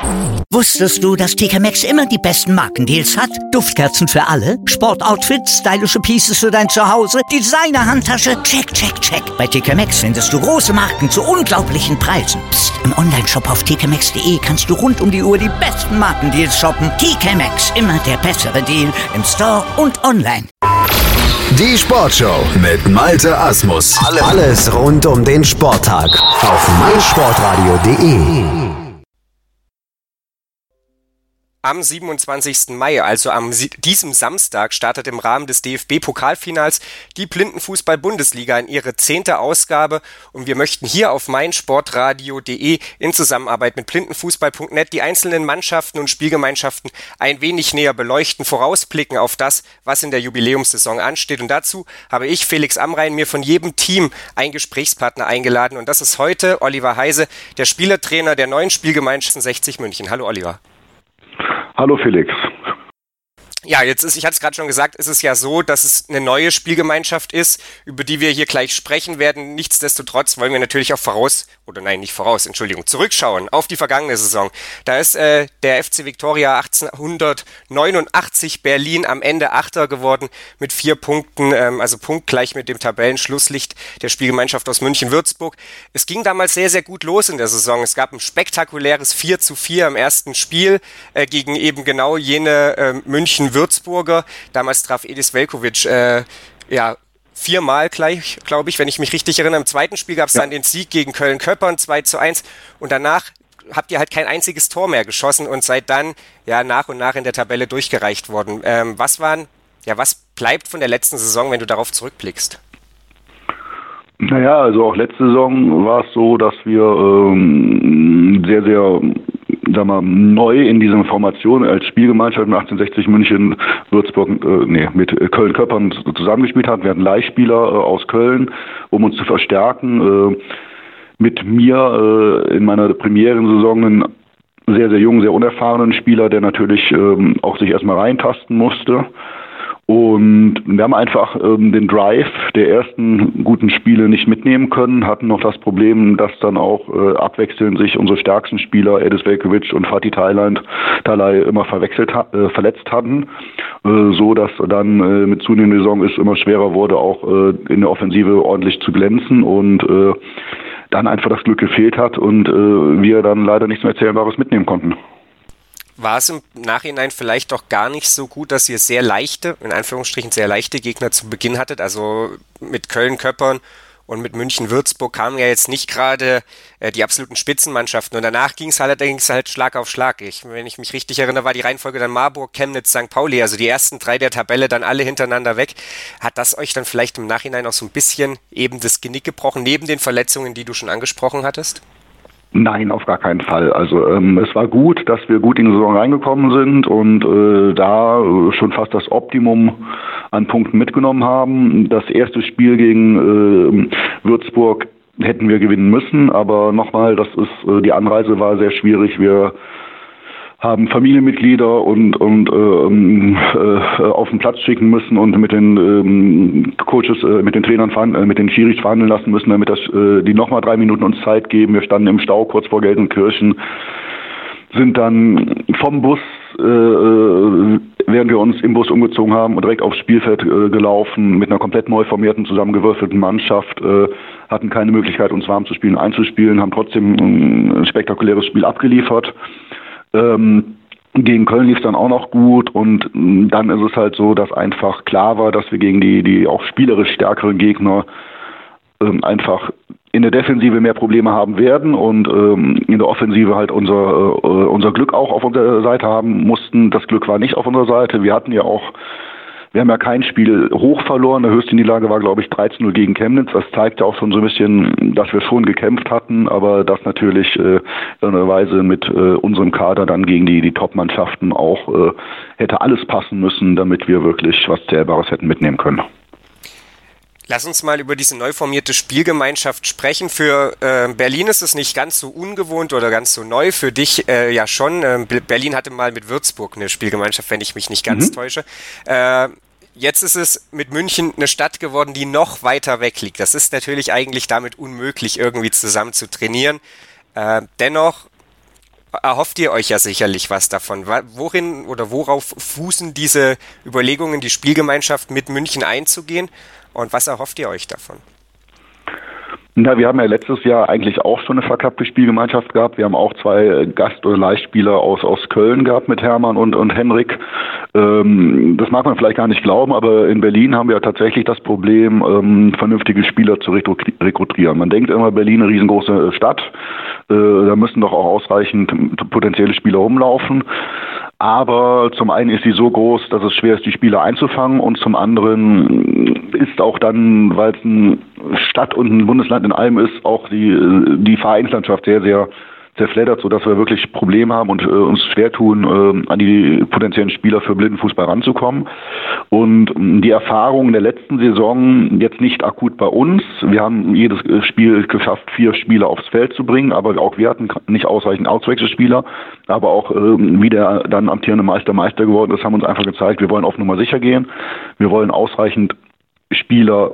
Wusstest du, dass TK Maxx immer die besten Markendeals hat? Duftkerzen für alle, Sportoutfits, stylische Pieces für dein Zuhause, Designer-Handtasche, check, check, check. Bei TK Maxx findest du große Marken zu unglaublichen Preisen. Psst. Im Onlineshop auf tkmaxx.de kannst du rund um die Uhr die besten Markendeals shoppen. TK Maxx, immer der bessere Deal im Store und online. Die Sportshow mit Malte Asmus. Alles rund um den Sporttag auf meinsportradio.de. Am 27. Mai, also diesem Samstag, startet im Rahmen des DFB-Pokalfinals die Blindenfußball-Bundesliga in ihre 10. Ausgabe und wir möchten hier auf meinsportradio.de in Zusammenarbeit mit blindenfußball.net die einzelnen Mannschaften und Spielgemeinschaften ein wenig näher beleuchten, vorausblicken auf das, was in der Jubiläumssaison ansteht. Und dazu habe ich, Felix Amrain, mir von jedem Team einen Gesprächspartner eingeladen und das ist heute Oliver Heise, der Spielertrainer der neuen Spielgemeinschaft 60 München. Hallo Oliver. Hallo Felix. Ja, ich hatte es gerade schon gesagt, ist es ja so, dass es eine neue Spielgemeinschaft ist, über die wir hier gleich sprechen werden. Nichtsdestotrotz wollen wir natürlich auch zurückschauen auf die vergangene Saison. Da ist der FC Viktoria 1889 Berlin am Ende Achter geworden mit 4 Punkten, also punktgleich mit dem Tabellenschlusslicht der Spielgemeinschaft aus München-Würzburg. Es ging damals sehr, sehr gut los in der Saison. Es gab ein spektakuläres 4:4 im ersten Spiel gegen eben genau jene München-Würzburger. Damals traf Edis Veljković 4-mal gleich, glaube ich, wenn ich mich richtig erinnere. Im zweiten Spiel gab es dann den Sieg gegen Köln-Köppern 2:1 und danach habt ihr halt kein einziges Tor mehr geschossen und seid dann nach und nach in der Tabelle durchgereicht worden. Was bleibt von der letzten Saison, wenn du darauf zurückblickst? Naja, also auch letzte Saison war es so, dass wir sehr, sehr neu in dieser Formation als Spielgemeinschaft mit 1860 München, Würzburg, mit Köln-Köppern zusammengespielt haben. Wir hatten Leihspieler aus Köln, um uns zu verstärken. Mit mir in meiner Premierensaison einen sehr, sehr jungen, sehr unerfahrenen Spieler, der natürlich auch sich erstmal reintasten musste. Und wir haben einfach den Drive der ersten guten Spiele nicht mitnehmen können, hatten noch das Problem, dass dann auch abwechselnd sich unsere stärksten Spieler, Edis Veljković und Fatih Talay, immer verletzt hatten, so dass dann mit zunehmender Saison es immer schwerer wurde, auch in der Offensive ordentlich zu glänzen und dann einfach das Glück gefehlt hat und wir dann leider nichts mehr Erzählbares mitnehmen konnten. War es im Nachhinein vielleicht doch gar nicht so gut, dass ihr sehr leichte Gegner zu Beginn hattet? Also mit Köln-Köppern und mit München-Würzburg kamen ja jetzt nicht gerade die absoluten Spitzenmannschaften. Und danach ging es allerdings halt Schlag auf Schlag. Wenn ich mich richtig erinnere, war die Reihenfolge dann Marburg, Chemnitz, St. Pauli. Also die ersten 3 der Tabelle dann alle hintereinander weg. Hat das euch dann vielleicht im Nachhinein auch so ein bisschen eben das Genick gebrochen, neben den Verletzungen, die du schon angesprochen hattest? Nein, auf gar keinen Fall. Also es war gut, dass wir gut in die Saison reingekommen sind und da schon fast das Optimum an Punkten mitgenommen haben. Das erste Spiel gegen Würzburg hätten wir gewinnen müssen, aber nochmal, die Anreise war sehr schwierig. Wir haben Familienmitglieder und auf den Platz schicken müssen und mit den Coaches, mit den Trainern, mit den Schiris verhandeln lassen müssen, damit die nochmal 3 Minuten uns Zeit geben. Wir standen im Stau kurz vor Gelsenkirchen, sind dann vom Bus, während wir uns im Bus umgezogen haben und direkt aufs Spielfeld gelaufen mit einer komplett neu formierten, zusammengewürfelten Mannschaft, hatten keine Möglichkeit, uns warm zu spielen, einzuspielen, haben trotzdem ein spektakuläres Spiel abgeliefert. Gegen Köln lief es dann auch noch gut und dann ist es halt so, dass einfach klar war, dass wir gegen die auch spielerisch stärkeren Gegner einfach in der Defensive mehr Probleme haben werden und in der Offensive halt unser Glück auch auf unserer Seite haben mussten. Das Glück war nicht auf unserer Seite. Wir haben ja kein Spiel hoch verloren. Der höchste Niederlage war, glaube ich, 13-0 gegen Chemnitz. Das zeigt ja auch schon so ein bisschen, dass wir schon gekämpft hatten, aber dass natürlich in einer Weise mit unserem Kader dann gegen die Top-Mannschaften auch hätte alles passen müssen, damit wir wirklich was Zählbares hätten mitnehmen können. Lass uns mal über diese neu formierte Spielgemeinschaft sprechen. Für Berlin ist es nicht ganz so ungewohnt oder ganz so neu, für dich ja schon. Berlin hatte mal mit Würzburg eine Spielgemeinschaft, wenn ich mich nicht ganz täusche. Jetzt ist es mit München eine Stadt geworden, die noch weiter weg liegt. Das ist natürlich eigentlich damit unmöglich, irgendwie zusammen zu trainieren. Dennoch, erhofft ihr euch ja sicherlich was davon. Worin oder worauf fußen diese Überlegungen, die Spielgemeinschaft mit München einzugehen? Und was erhofft ihr euch davon? Na, wir haben ja letztes Jahr eigentlich auch schon eine verkappte Spielgemeinschaft gehabt. Wir haben auch 2 Gast- oder Leihspieler aus Köln gehabt mit Hermann und Henrik. Das mag man vielleicht gar nicht glauben, aber in Berlin haben wir ja tatsächlich das Problem, vernünftige Spieler zu rekrutieren. Man denkt immer, Berlin eine riesengroße Stadt, da müssen doch auch ausreichend potenzielle Spieler rumlaufen. Aber zum einen ist sie so groß, dass es schwer ist, die Spieler einzufangen, und zum anderen ist auch dann, weil es eine Stadt und ein Bundesland in allem ist, auch die Vereinslandschaft sehr, sehr zerfleddert, sodass wir wirklich Probleme haben und uns schwer tun, an die potenziellen Spieler für Blindenfußball ranzukommen. Und die Erfahrung in der letzten Saison, jetzt nicht akut bei uns, wir haben jedes Spiel geschafft, 4 Spieler aufs Feld zu bringen, aber auch wir hatten nicht ausreichend Auswechselspieler, aber auch wie der dann amtierende Meister geworden ist, haben uns einfach gezeigt, wir wollen auf Nummer sicher gehen, wir wollen ausreichend Spieler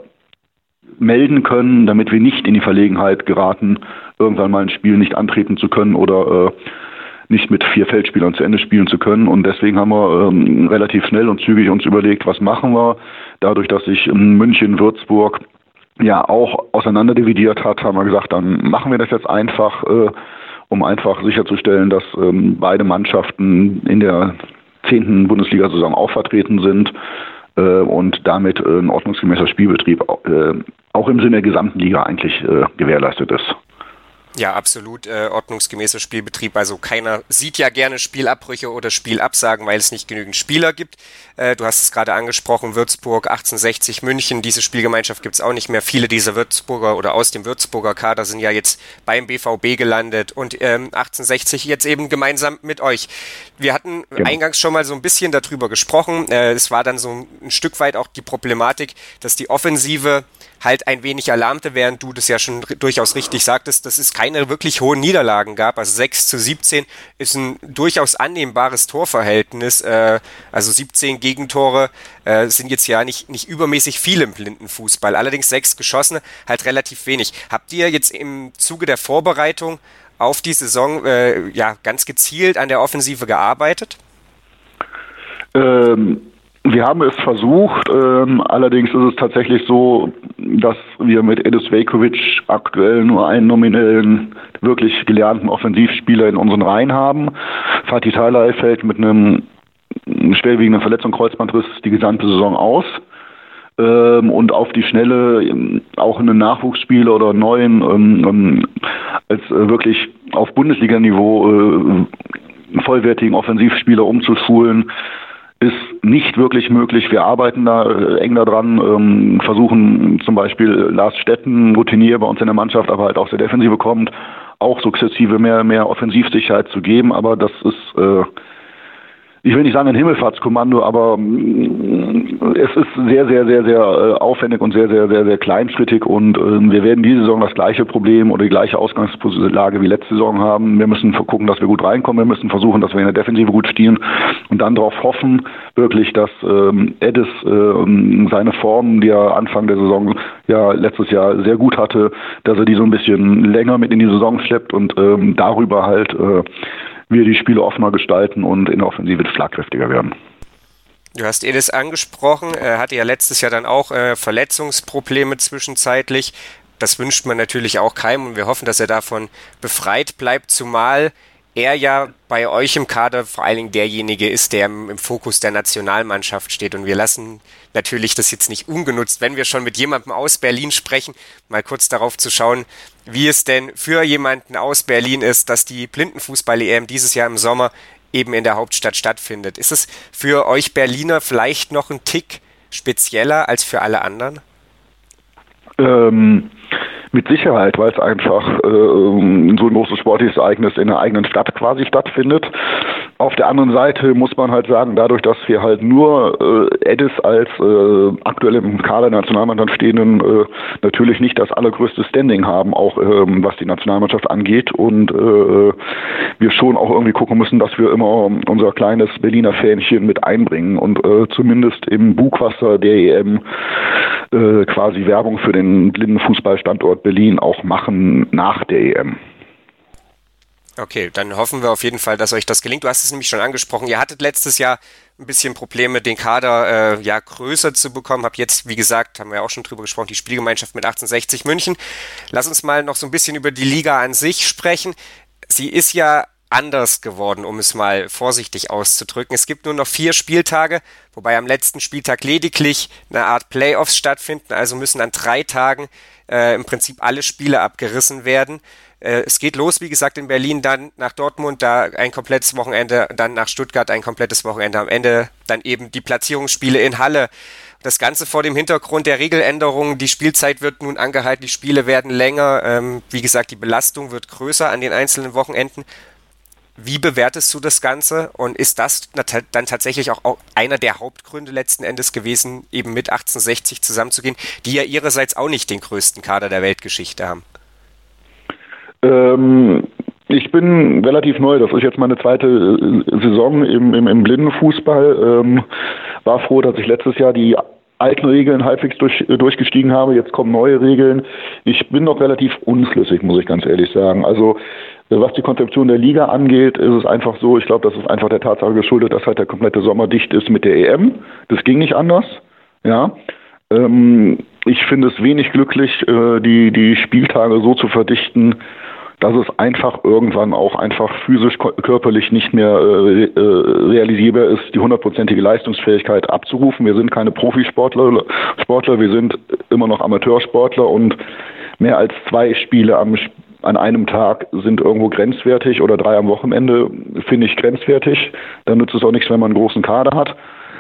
melden können, damit wir nicht in die Verlegenheit geraten, irgendwann mal ein Spiel nicht antreten zu können oder nicht mit 4 Feldspielern zu Ende spielen zu können. Und deswegen haben wir relativ schnell und zügig uns überlegt, was machen wir. Dadurch, dass sich München, Würzburg ja auch auseinanderdividiert hat, haben wir gesagt, dann machen wir das jetzt einfach, um einfach sicherzustellen, dass beide Mannschaften in der 10. Bundesliga-Saison auch vertreten sind und damit ein ordnungsgemäßer Spielbetrieb auch im Sinne der gesamten Liga eigentlich gewährleistet ist. Ja, absolut ordnungsgemäßer Spielbetrieb. Also keiner sieht ja gerne Spielabbrüche oder Spielabsagen, weil es nicht genügend Spieler gibt. Du hast es gerade angesprochen, Würzburg, 1860 München, diese Spielgemeinschaft gibt es auch nicht mehr. Viele dieser Würzburger oder aus dem Würzburger Kader sind ja jetzt beim BVB gelandet und 1860 jetzt eben gemeinsam mit euch. Wir hatten eingangs schon mal so ein bisschen darüber gesprochen. Es war dann so ein Stück weit auch die Problematik, dass die Offensive halt ein wenig erlahmte, während du das ja schon durchaus richtig sagtest, dass es keine wirklich hohen Niederlagen gab. Also 6-17 ist ein durchaus annehmbares Torverhältnis. Also 17 Gegentore sind jetzt ja nicht übermäßig viel im Blindenfußball. Allerdings 6 geschossene, halt relativ wenig. Habt ihr jetzt im Zuge der Vorbereitung auf die Saison ganz gezielt an der Offensive gearbeitet? Wir haben es versucht, allerdings ist es tatsächlich so, dass wir mit Edis Vejkovic aktuell nur einen nominellen, wirklich gelernten Offensivspieler in unseren Reihen haben. Fatih Talay fällt mit einem schwerwiegenden Verletzung, Kreuzbandriss, die gesamte Saison aus. Und auf die Schnelle auch einen Nachwuchsspieler oder einen neuen, als wirklich auf Bundesliga-Niveau vollwertigen Offensivspieler umzuschulen, ist nicht wirklich möglich. Wir arbeiten da eng daran, versuchen zum Beispiel Lars Stetten, Routinier bei uns in der Mannschaft, aber halt auch der Defensive kommt, auch sukzessive mehr Offensivsicherheit zu geben. Aber das ist, ich will nicht sagen ein Himmelfahrtskommando, aber es ist sehr, sehr, sehr, sehr aufwendig und sehr, sehr, sehr, sehr kleinschrittig, und wir werden diese Saison das gleiche Problem oder die gleiche Ausgangslage wie letzte Saison haben. Wir müssen gucken, dass wir gut reinkommen, wir müssen versuchen, dass wir in der Defensive gut stehen und dann darauf hoffen, wirklich, dass Edis seine Form, die er Anfang der Saison ja letztes Jahr sehr gut hatte, dass er die so ein bisschen länger mit in die Saison schleppt und darüber halt wir die Spiele offener gestalten und in der Offensive schlagkräftiger werden. Du hast Edis angesprochen, er hatte ja letztes Jahr dann auch Verletzungsprobleme zwischenzeitlich. Das wünscht man natürlich auch keinem und wir hoffen, dass er davon befreit bleibt, zumal er ja bei euch im Kader vor allen Dingen derjenige ist, der im Fokus der Nationalmannschaft steht, und wir lassen natürlich das jetzt nicht ungenutzt, wenn wir schon mit jemandem aus Berlin sprechen, mal kurz darauf zu schauen, wie es denn für jemanden aus Berlin ist, dass die Blindenfußball-EM dieses Jahr im Sommer eben in der Hauptstadt stattfindet. Ist es für euch Berliner vielleicht noch ein Tick spezieller als für alle anderen? Mit Sicherheit, weil es einfach so ein großes sportliches Ereignis in der eigenen Stadt quasi stattfindet. Auf der anderen Seite muss man halt sagen, dadurch, dass wir halt nur Edis als aktuell im Kader der Nationalmannschaft stehenden natürlich nicht das allergrößte Standing haben, auch was die Nationalmannschaft angeht, und wir schon auch irgendwie gucken müssen, dass wir immer unser kleines Berliner Fähnchen mit einbringen und zumindest im Bugwasser der EM quasi Werbung für den Blindenfußballstandort Berlin auch machen nach der EM. Okay, dann hoffen wir auf jeden Fall, dass euch das gelingt. Du hast es nämlich schon angesprochen. Ihr hattet letztes Jahr ein bisschen Probleme, den Kader größer zu bekommen. Hab jetzt, wie gesagt, haben wir auch schon drüber gesprochen, die Spielgemeinschaft mit 1860 München. Lass uns mal noch so ein bisschen über die Liga an sich sprechen. Sie ist ja anders geworden, um es mal vorsichtig auszudrücken. Es gibt nur noch 4 Spieltage, wobei am letzten Spieltag lediglich eine Art Playoffs stattfinden. Also müssen an 3 Tagen im Prinzip alle Spiele abgerissen werden. Es geht los, wie gesagt, in Berlin, dann nach Dortmund, da ein komplettes Wochenende, dann nach Stuttgart ein komplettes Wochenende, am Ende dann eben die Platzierungsspiele in Halle. Das Ganze vor dem Hintergrund der Regeländerungen, die Spielzeit wird nun angehalten, die Spiele werden länger, wie gesagt, die Belastung wird größer an den einzelnen Wochenenden. Wie bewertest du das Ganze und ist das dann tatsächlich auch einer der Hauptgründe letzten Endes gewesen, eben mit 1860 zusammenzugehen, die ja ihrerseits auch nicht den größten Kader der Weltgeschichte haben? Ich bin relativ neu, das ist jetzt meine zweite Saison im Blindenfußball. War froh, dass ich letztes Jahr die alten Regeln halbwegs durchgestiegen habe. Jetzt kommen neue Regeln. Ich bin noch relativ unschlüssig, muss ich ganz ehrlich sagen. Also was die Konzeption der Liga angeht, ist es einfach so, ich glaube, das ist einfach der Tatsache geschuldet, dass halt der komplette Sommer dicht ist mit der EM. Das ging nicht anders. Ja. Ich finde es wenig glücklich, die Spieltage so zu verdichten, dass es einfach irgendwann auch einfach physisch, körperlich nicht mehr realisierbar ist, die 100%ige Leistungsfähigkeit abzurufen. Wir sind keine Profisportler, wir sind immer noch Amateursportler und mehr als 2 Spiele an einem Tag sind irgendwo grenzwertig oder 3 am Wochenende finde ich grenzwertig. Dann nützt es auch nichts, wenn man einen großen Kader hat.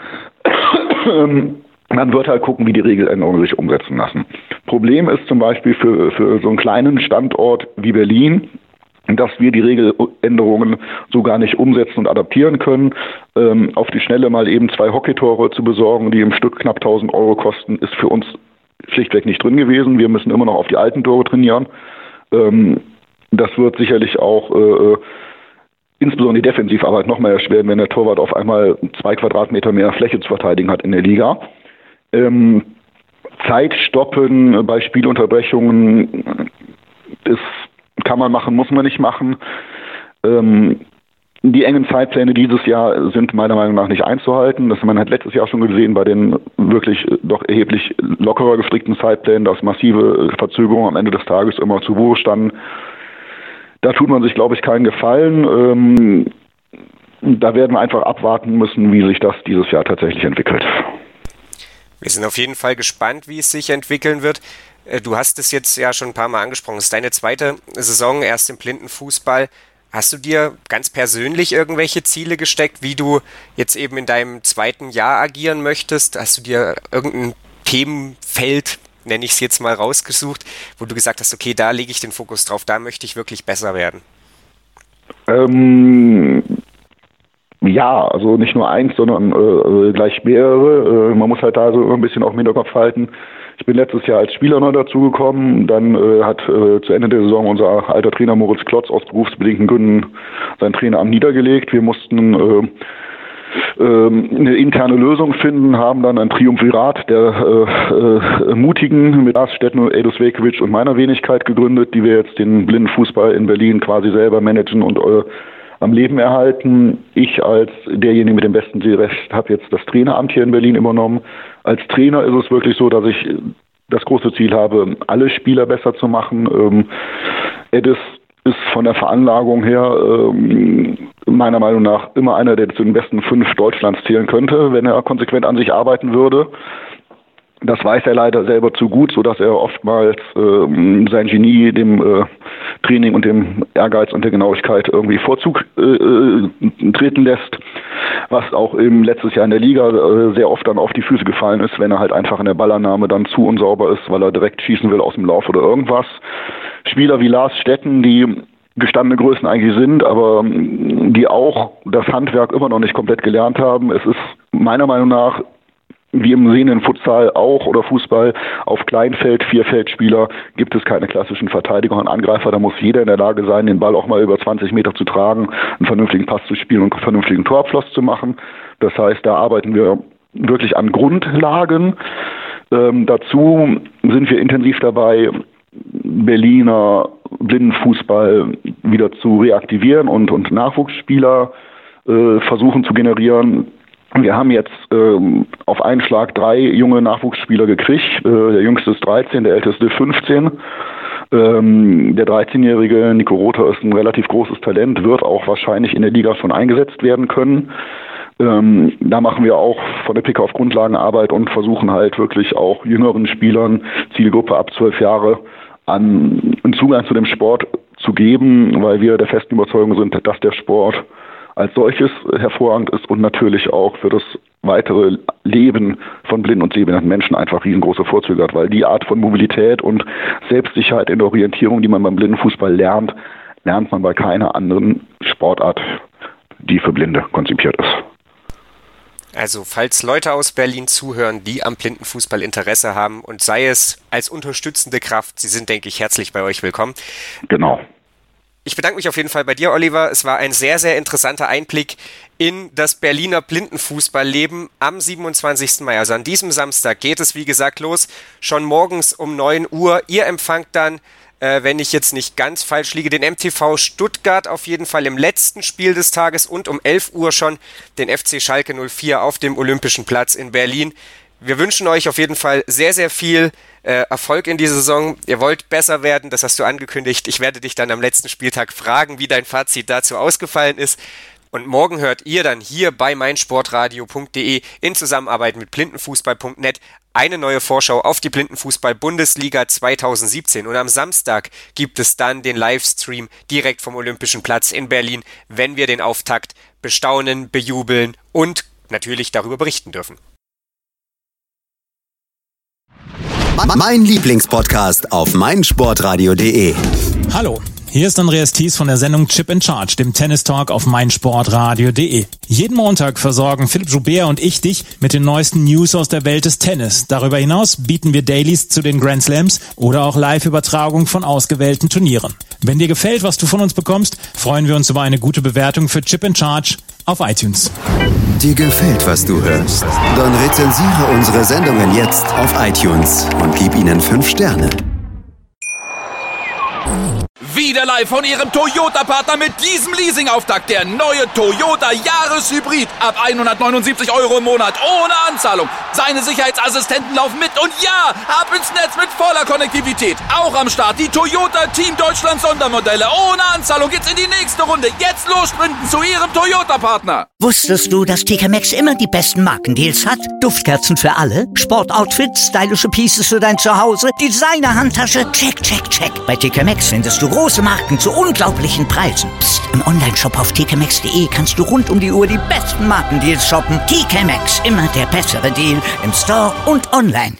Man wird halt gucken, wie die Regeländerungen sich umsetzen lassen. Problem ist zum Beispiel für so einen kleinen Standort wie Berlin, dass wir die Regeländerungen so gar nicht umsetzen und adaptieren können. Auf die Schnelle mal eben 2 Hockeytore zu besorgen, die im Stück knapp 1.000 € kosten, ist für uns schlichtweg nicht drin gewesen. Wir müssen immer noch auf die alten Tore trainieren. Das wird sicherlich auch insbesondere die Defensivarbeit noch mehr erschweren, wenn der Torwart auf einmal 2 Quadratmeter mehr Fläche zu verteidigen hat in der Liga. Zeit stoppen bei Spielunterbrechungen, das kann man machen, muss man nicht machen. Die engen Zeitpläne dieses Jahr sind meiner Meinung nach nicht einzuhalten. Das man hat letztes Jahr schon gesehen bei den wirklich doch erheblich lockerer gestrickten Zeitplänen, dass massive Verzögerungen am Ende des Tages immer zu Buche standen. Da tut man sich, glaube ich, keinen Gefallen. Da werden wir einfach abwarten müssen, wie sich das dieses Jahr tatsächlich entwickelt. Wir sind auf jeden Fall gespannt, wie es sich entwickeln wird. Du hast es jetzt ja schon ein paar Mal angesprochen. Es ist deine zweite Saison erst im Blindenfußball. Hast du dir ganz persönlich irgendwelche Ziele gesteckt, wie du jetzt eben in deinem zweiten Jahr agieren möchtest? Hast du dir irgendein Themenfeld, nenne ich es jetzt mal, rausgesucht, wo du gesagt hast, okay, da lege ich den Fokus drauf, da möchte ich wirklich besser werden? Ja, also nicht nur eins, sondern gleich mehrere. Man muss halt da so ein bisschen auch im Hinterkopf halten. Ich bin letztes Jahr als Spieler neu dazugekommen. Dann hat zu Ende der Saison unser alter Trainer Moritz Klotz aus berufsbedingten Gründen sein Traineramt niedergelegt. Wir mussten eine interne Lösung finden, haben dann ein Triumvirat der Mutigen mit Lars Stetten, Edo Svejkovic und meiner Wenigkeit gegründet, die wir jetzt den Blindenfußball in Berlin quasi selber managen und am Leben erhalten. Ich als derjenige mit dem besten Sehrecht habe jetzt das Traineramt hier in Berlin übernommen. Als Trainer ist es wirklich so, dass ich das große Ziel habe, alle Spieler besser zu machen. Edis ist von der Veranlagung her meiner Meinung nach immer einer, der zu den besten 5 Deutschlands zählen könnte, wenn er konsequent an sich arbeiten würde. Das weiß er leider selber zu gut, sodass er oftmals sein Genie dem Training und dem Ehrgeiz und der Genauigkeit irgendwie Vorzug treten lässt, was auch im letztes Jahr in der Liga sehr oft dann auf die Füße gefallen ist, wenn er halt einfach in der Ballannahme dann zu unsauber ist, weil er direkt schießen will aus dem Lauf oder irgendwas. Spieler wie Lars Stetten, die gestandene Größen eigentlich sind, aber die auch das Handwerk immer noch nicht komplett gelernt haben. Es ist meiner Meinung nach, wie im sehenden Futsal auch oder Fußball, auf Kleinfeld, Vierfeldspieler gibt es keine klassischen Verteidiger und Angreifer. Da muss jeder in der Lage sein, den Ball auch mal über 20 Meter zu tragen, einen vernünftigen Pass zu spielen und einen vernünftigen Torabschluss zu machen. Das heißt, da arbeiten wir wirklich an Grundlagen. Dazu sind wir intensiv dabei, Berliner Blindenfußball wieder zu reaktivieren und Nachwuchsspieler versuchen zu generieren. Wir haben jetzt auf einen Schlag 3 junge Nachwuchsspieler gekriegt. Der jüngste ist 13, der älteste 15. Der 13-jährige Nico Rother ist ein relativ großes Talent, wird auch wahrscheinlich in der Liga schon eingesetzt werden können. Da machen wir auch von der Picke auf Grundlagenarbeit und versuchen halt wirklich auch jüngeren Spielern, Zielgruppe ab 12 Jahre, einen Zugang zu dem Sport zu geben, weil wir der festen Überzeugung sind, dass der Sport als solches hervorragend ist und natürlich auch für das weitere Leben von blinden und sehbehinderten Menschen einfach riesengroße Vorzüge hat, weil die Art von Mobilität und Selbstsicherheit in der Orientierung, die man beim Blindenfußball lernt, lernt man bei keiner anderen Sportart, die für Blinde konzipiert ist. Also, falls Leute aus Berlin zuhören, die am Blindenfußball Interesse haben und sei es als unterstützende Kraft, sie sind, denke ich, herzlich bei euch willkommen. Genau. Ich bedanke mich auf jeden Fall bei dir, Oliver. Es war ein sehr, sehr interessanter Einblick in das Berliner Blindenfußballleben am 27. Mai. Also an diesem Samstag geht es, wie gesagt, los. Schon morgens um 9 Uhr. Ihr empfangt dann, wenn ich jetzt nicht ganz falsch liege, den MTV Stuttgart auf jeden Fall im letzten Spiel des Tages und um 11 Uhr schon den FC Schalke 04 auf dem Olympischen Platz in Berlin. Wir wünschen euch auf jeden Fall sehr, sehr viel Erfolg in dieser Saison. Ihr wollt besser werden, das hast du angekündigt. Ich werde dich dann am letzten Spieltag fragen, wie dein Fazit dazu ausgefallen ist. Und morgen hört ihr dann hier bei meinsportradio.de in Zusammenarbeit mit blindenfußball.net eine neue Vorschau auf die Blindenfußball-Bundesliga 2017. Und am Samstag gibt es dann den Livestream direkt vom Olympischen Platz in Berlin, wenn wir den Auftakt bestaunen, bejubeln und natürlich darüber berichten dürfen. Mein Lieblingspodcast auf meinsportradio.de. Hallo, hier ist Andreas Thies von der Sendung Chip in Charge, dem Tennis-Talk auf meinsportradio.de. Jeden Montag versorgen Philipp Joubert und ich dich mit den neuesten News aus der Welt des Tennis. Darüber hinaus bieten wir Dailies zu den Grand Slams oder auch Live-Übertragung von ausgewählten Turnieren. Wenn dir gefällt, was du von uns bekommst, freuen wir uns über eine gute Bewertung für Chip in Charge auf iTunes. Dir gefällt, was du hörst? Dann rezensiere unsere Sendungen jetzt auf iTunes und gib ihnen 5 Sterne. Wieder live von Ihrem Toyota-Partner mit diesem Leasing-Auftakt. Der neue Toyota Jahreshybrid. Ab 179 € im Monat. Ohne Anzahlung. Seine Sicherheitsassistenten laufen mit. Und ja, ab ins Netz mit voller Konnektivität. Auch am Start die Toyota Team Deutschland Sondermodelle. Ohne Anzahlung geht's in die nächste Runde. Jetzt los sprinten zu Ihrem Toyota-Partner. Wusstest du, dass TK Maxx immer die besten Markendeals hat? Duftkerzen für alle, Sportoutfits, stylische Pieces für dein Zuhause, Designer-Handtasche, check, check, check. Bei TK Maxx findest du große Marken zu unglaublichen Preisen. Psst. Im Onlineshop auf tkmaxx.de kannst du rund um die Uhr die besten Markendeals shoppen. TK Maxx, immer der bessere Deal im Store und online.